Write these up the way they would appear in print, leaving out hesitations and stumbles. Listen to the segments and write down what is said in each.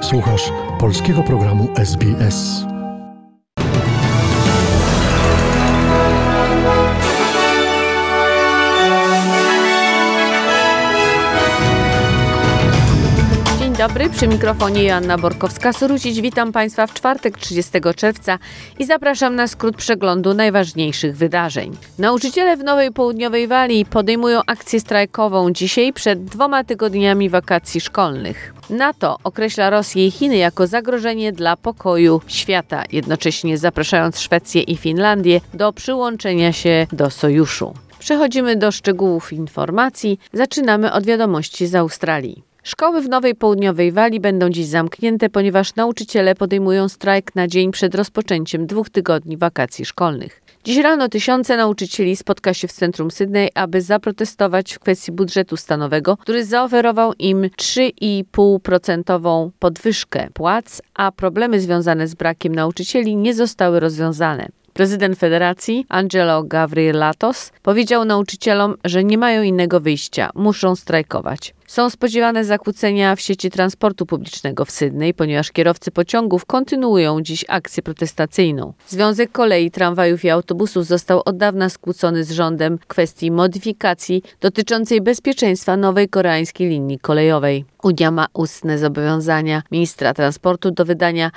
Słuchasz polskiego programu SBS. Dzień dobry, przy mikrofonie Joanna Borkowska-Sorusić. Witam Państwa w czwartek 30 czerwca i zapraszam na skrót przeglądu najważniejszych wydarzeń. Nauczyciele w Nowej Południowej Walii podejmują akcję strajkową dzisiaj przed 2 tygodniami wakacji szkolnych. NATO określa Rosję i Chiny jako zagrożenie dla pokoju świata, jednocześnie zapraszając Szwecję i Finlandię do przyłączenia się do sojuszu. Przechodzimy do szczegółów informacji. Zaczynamy od wiadomości z Australii. Szkoły w Nowej Południowej Walii będą dziś zamknięte, ponieważ nauczyciele podejmują strajk na dzień przed rozpoczęciem 2 tygodni wakacji szkolnych. Dziś rano tysiące nauczycieli spotka się w centrum Sydney, aby zaprotestować w kwestii budżetu stanowego, który zaoferował im 3,5% podwyżkę płac, a problemy związane z brakiem nauczycieli nie zostały rozwiązane. Prezydent Federacji Angelo Gavrilatos powiedział nauczycielom, że nie mają innego wyjścia, muszą strajkować. Są spodziewane zakłócenia w sieci transportu publicznego w Sydney, ponieważ kierowcy pociągów kontynuują dziś akcję protestacyjną. Związek kolei, tramwajów i autobusów został od dawna skłócony z rządem w kwestii modyfikacji dotyczącej bezpieczeństwa nowej koreańskiej linii kolejowej. Unia ma ustne zobowiązania ministra transportu do wydania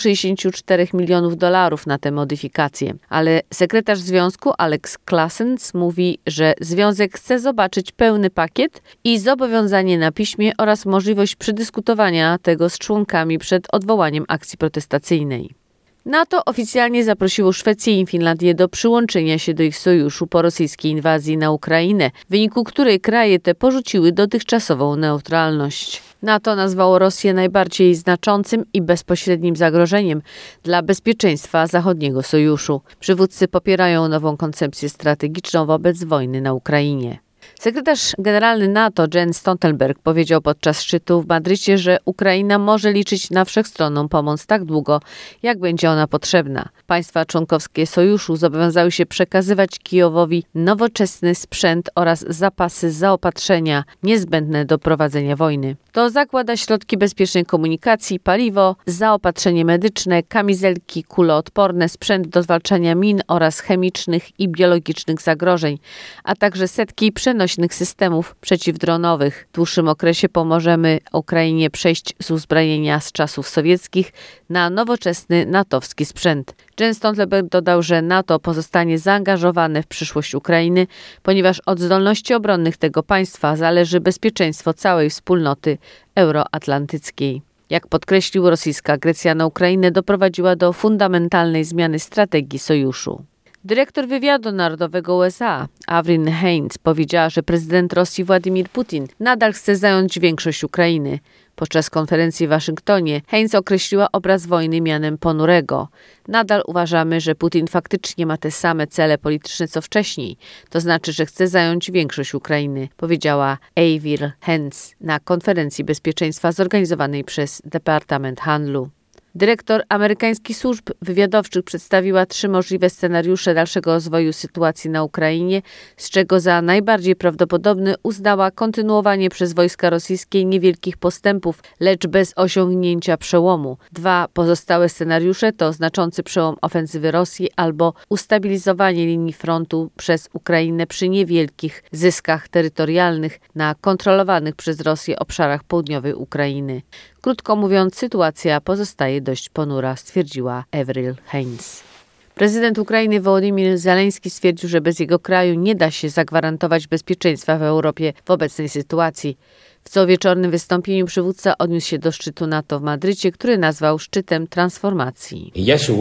$264 milionów na tę modyfikację. Ale sekretarz związku Alex Claessens mówi, że związek chce zobaczyć pełny pakiet i zobowiązania na piśmie oraz możliwość przedyskutowania tego z członkami przed odwołaniem akcji protestacyjnej. NATO oficjalnie zaprosiło Szwecję i Finlandię do przyłączenia się do ich sojuszu po rosyjskiej inwazji na Ukrainę, w wyniku której kraje te porzuciły dotychczasową neutralność. NATO nazwało Rosję najbardziej znaczącym i bezpośrednim zagrożeniem dla bezpieczeństwa zachodniego sojuszu. Przywódcy popierają nową koncepcję strategiczną wobec wojny na Ukrainie. Sekretarz generalny NATO Jens Stoltenberg powiedział podczas szczytu w Madrycie, że Ukraina może liczyć na wszechstronną pomoc tak długo, jak będzie ona potrzebna. Państwa członkowskie sojuszu zobowiązały się przekazywać Kijowowi nowoczesny sprzęt oraz zapasy zaopatrzenia niezbędne do prowadzenia wojny. To zakłada środki bezpiecznej komunikacji, paliwo, zaopatrzenie medyczne, kamizelki kuloodporne, sprzęt do zwalczania min oraz chemicznych i biologicznych zagrożeń, a także setki przenośnych systemów przeciwdronowych. W dłuższym okresie pomożemy Ukrainie przejść z uzbrojenia z czasów sowieckich na nowoczesny natowski sprzęt. Jens Stoltenberg dodał, że NATO pozostanie zaangażowane w przyszłość Ukrainy, ponieważ od zdolności obronnych tego państwa zależy bezpieczeństwo całej wspólnoty euroatlantyckiej. Jak podkreślił, rosyjska agresja na Ukrainę doprowadziła do fundamentalnej zmiany strategii sojuszu. Dyrektor wywiadu narodowego USA, Avril Haines, powiedziała, że prezydent Rosji Władimir Putin nadal chce zająć większość Ukrainy. Podczas konferencji w Waszyngtonie Haines określiła obraz wojny mianem ponurego. Nadal uważamy, że Putin faktycznie ma te same cele polityczne co wcześniej. To znaczy, że chce zająć większość Ukrainy, powiedziała Avril Haines na konferencji bezpieczeństwa zorganizowanej przez Departament Handlu. Dyrektor amerykańskich służb wywiadowczych przedstawiła 3 możliwe scenariusze dalszego rozwoju sytuacji na Ukrainie, z czego za najbardziej prawdopodobny uznała kontynuowanie przez wojska rosyjskie niewielkich postępów, lecz bez osiągnięcia przełomu. 2 pozostałe scenariusze to znaczący przełom ofensywy Rosji albo ustabilizowanie linii frontu przez Ukrainę przy niewielkich zyskach terytorialnych na kontrolowanych przez Rosję obszarach południowej Ukrainy. Krótko mówiąc, sytuacja pozostaje dość ponura, stwierdziła Avril Haines. Prezydent Ukrainy Wołodymyr Zełenski stwierdził, że bez jego kraju nie da się zagwarantować bezpieczeństwa w Europie w obecnej sytuacji. W cowieczornym wystąpieniu przywódca odniósł się do szczytu NATO w Madrycie, który nazwał szczytem transformacji.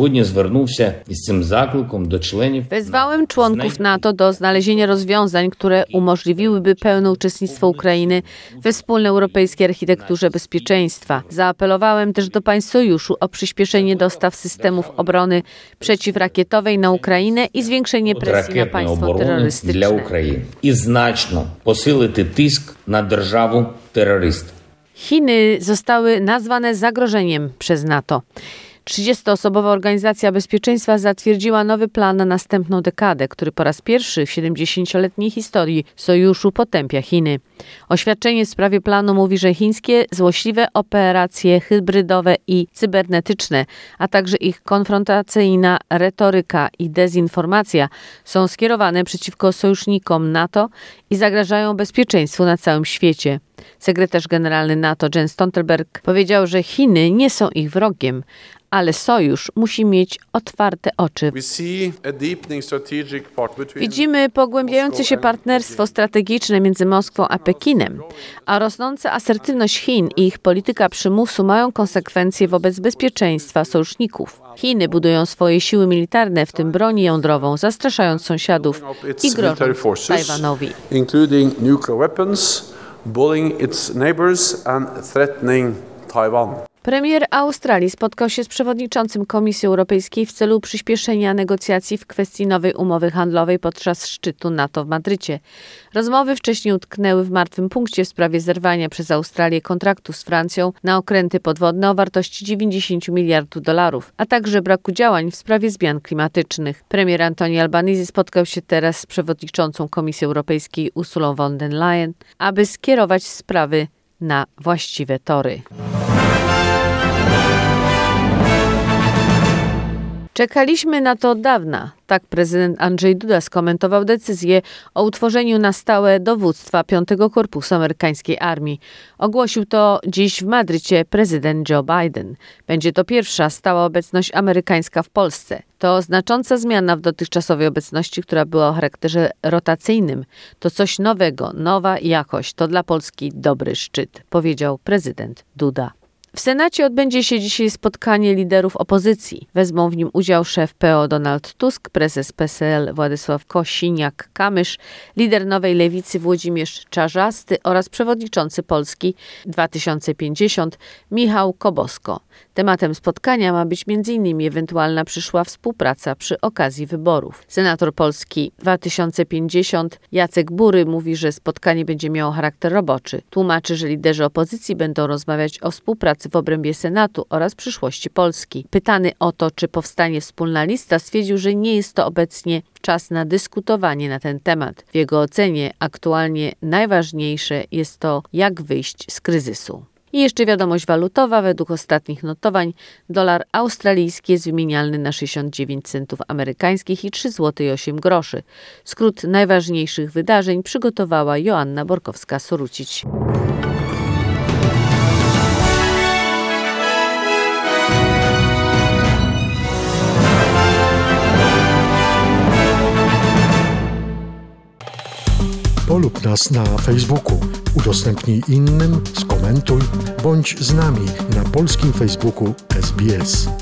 Wezwałem członków NATO do znalezienia rozwiązań, które umożliwiłyby pełne uczestnictwo Ukrainy we wspólnej europejskiej architekturze bezpieczeństwa. Zaapelowałem też do państw sojuszu o przyspieszenie dostaw systemów obrony przeciwrakietowej na Ukrainę i zwiększenie presji na państwo terrorystyczne. I znacznie посилити тиск на державу terrorystów. Chiny zostały nazwane zagrożeniem przez NATO. 30-osobowa Organizacja Bezpieczeństwa zatwierdziła nowy plan na następną dekadę, który po raz pierwszy w 70-letniej historii sojuszu potępia Chiny. Oświadczenie w sprawie planu mówi, że chińskie złośliwe operacje hybrydowe i cybernetyczne, a także ich konfrontacyjna retoryka i dezinformacja są skierowane przeciwko sojusznikom NATO i zagrażają bezpieczeństwu na całym świecie. Sekretarz generalny NATO Jens Stoltenberg powiedział, że Chiny nie są ich wrogiem, ale sojusz musi mieć otwarte oczy. Widzimy pogłębiające się partnerstwo strategiczne między Moskwą a Pekinem, a rosnąca asertywność Chin i ich polityka przymusu mają konsekwencje wobec bezpieczeństwa sojuszników. Chiny budują swoje siły militarne, w tym broń jądrową, zastraszając sąsiadów i grożąc Tajwanowi. Bullying its neighbors and threatening Taiwan. Premier Australii spotkał się z przewodniczącym Komisji Europejskiej w celu przyspieszenia negocjacji w kwestii nowej umowy handlowej podczas szczytu NATO w Madrycie. Rozmowy wcześniej utknęły w martwym punkcie w sprawie zerwania przez Australię kontraktu z Francją na okręty podwodne o wartości $90 miliardów, a także braku działań w sprawie zmian klimatycznych. Premier Anthony Albanese spotkał się teraz z przewodniczącą Komisji Europejskiej Ursulą von der Leyen, aby skierować sprawy na właściwe tory. Czekaliśmy na to od dawna. Tak prezydent Andrzej Duda skomentował decyzję o utworzeniu na stałe dowództwa 5. Korpusu Amerykańskiej Armii. Ogłosił to dziś w Madrycie prezydent Joe Biden. Będzie to pierwsza stała obecność amerykańska w Polsce. To znacząca zmiana w dotychczasowej obecności, która była o charakterze rotacyjnym. To coś nowego, nowa jakość. To dla Polski dobry szczyt, powiedział prezydent Duda. W Senacie odbędzie się dzisiaj spotkanie liderów opozycji. Wezmą w nim udział szef PO Donald Tusk, prezes PSL Władysław Kosiniak-Kamysz, lider Nowej Lewicy Włodzimierz Czarzasty oraz przewodniczący Polski 2050 Michał Kobosko. Tematem spotkania ma być m.in. ewentualna przyszła współpraca przy okazji wyborów. Senator Polski 2050 Jacek Bury mówi, że spotkanie będzie miało charakter roboczy. Tłumaczy, że liderzy opozycji będą rozmawiać o współpracy w obrębie Senatu oraz przyszłości Polski. Pytany o to, czy powstanie wspólna lista, stwierdził, że nie jest to obecnie czas na dyskutowanie na ten temat. W jego ocenie aktualnie najważniejsze jest to, jak wyjść z kryzysu. I jeszcze wiadomość walutowa. Według ostatnich notowań dolar australijski jest wymienialny na 69 centów amerykańskich i 3,08 zł. Skrót najważniejszych wydarzeń przygotowała Joanna Borkowska-Sorucić. Polub nas na Facebooku, udostępnij innym, skomentuj, bądź z nami na polskim Facebooku SBS.